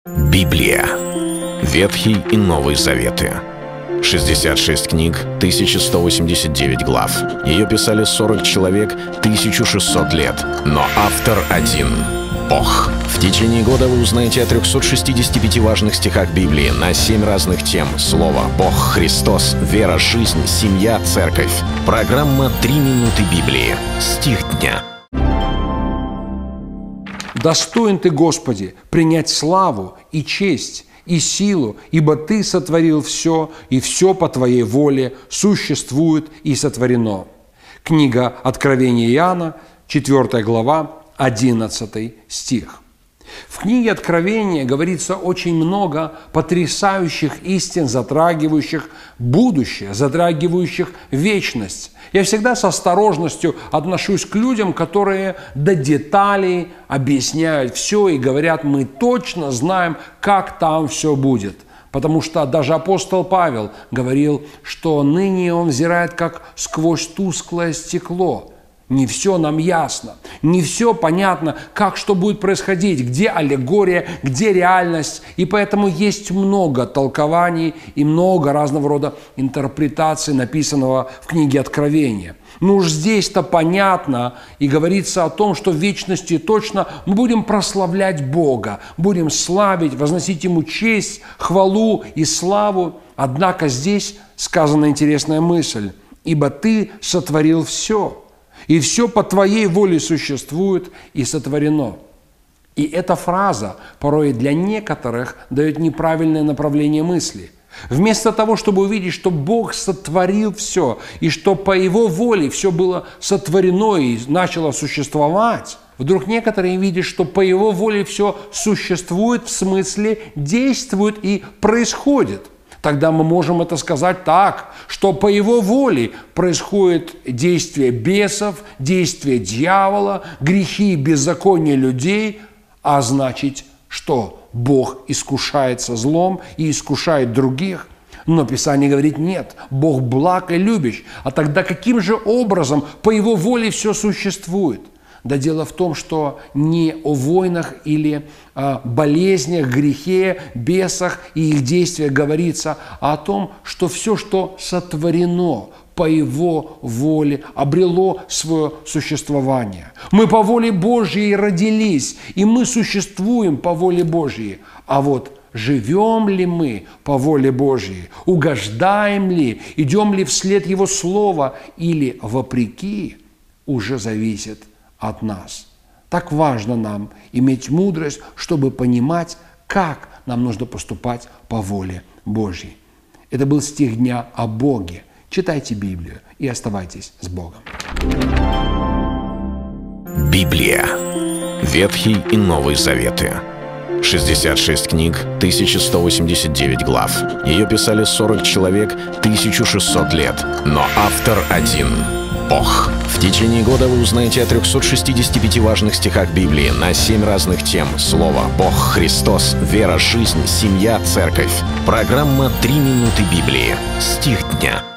Библия. Ветхий и Новый Заветы. 66 книг, 1189 глав. Ее писали 40 человек, 1600 лет. Но автор один — Бог. В течение года вы узнаете о 365 важных стихах Библии на 7 разных тем. Слово, Бог, Христос, вера, жизнь, семья, церковь. Программа «3 минуты Библии». Стих дня. «Достоин Ты, Господи, принять славу и честь, и силу, ибо Ты сотворил все, и все по Твоей воле существует и сотворено». Книга Откровения Иоанна, 4 глава, 11 стих. В книге Откровения говорится очень много потрясающих истин, затрагивающих будущее, затрагивающих вечность. Я всегда с осторожностью отношусь к людям, которые до деталей объясняют все и говорят: мы точно знаем, как там все будет. Потому что даже апостол Павел говорил, что ныне он взирает как сквозь тусклое стекло. Не все нам ясно, не все понятно, как что будет происходить, где аллегория, где реальность. И поэтому есть много толкований и много разного рода интерпретаций, написанного в книге Откровения. Но уж здесь-то понятно и говорится о том, что в вечности точно мы будем прославлять Бога, будем славить, возносить Ему честь, хвалу и славу. Однако здесь сказана интересная мысль: «Ибо Ты сотворил все». И все по Твоей воле существует и сотворено. И эта фраза порой для некоторых дает неправильное направление мысли. Вместо того, чтобы увидеть, что Бог сотворил все, и что по Его воле все было сотворено и начало существовать, вдруг некоторые видят, что по Его воле все существует, в смысле действует и происходит. Тогда мы можем это сказать так, что по Его воле происходит действие бесов, действие дьявола, грехи и беззаконие людей, а значит, что Бог искушается злом и искушает других. Но Писание говорит: нет, Бог благ и любящ. А тогда каким же образом по Его воле все существует? Да дело в том, что не о войнах или болезнях, грехе, бесах и их действиях говорится, а о том, что все, что сотворено по Его воле, обрело свое существование. Мы по воле Божьей родились, и мы существуем по воле Божьей. А вот живем ли мы по воле Божьей, угождаем ли, идем ли вслед Его Слова или вопреки, уже зависит от нас. Так важно нам иметь мудрость, чтобы понимать, как нам нужно поступать по воле Божьей. Это был стих дня о Боге. Читайте Библию и оставайтесь с Богом. Библия. Ветхий и Новый Заветы. 66 книг, 1189 глав. Ее писали 40 человек, 1600 лет. Но автор один — Бог. В течение года вы узнаете о 365 важных стихах Библии на 7 разных тем. Слово, Бог, Христос, вера, жизнь, семья, церковь. Программа «3 минуты Библии». Стих дня.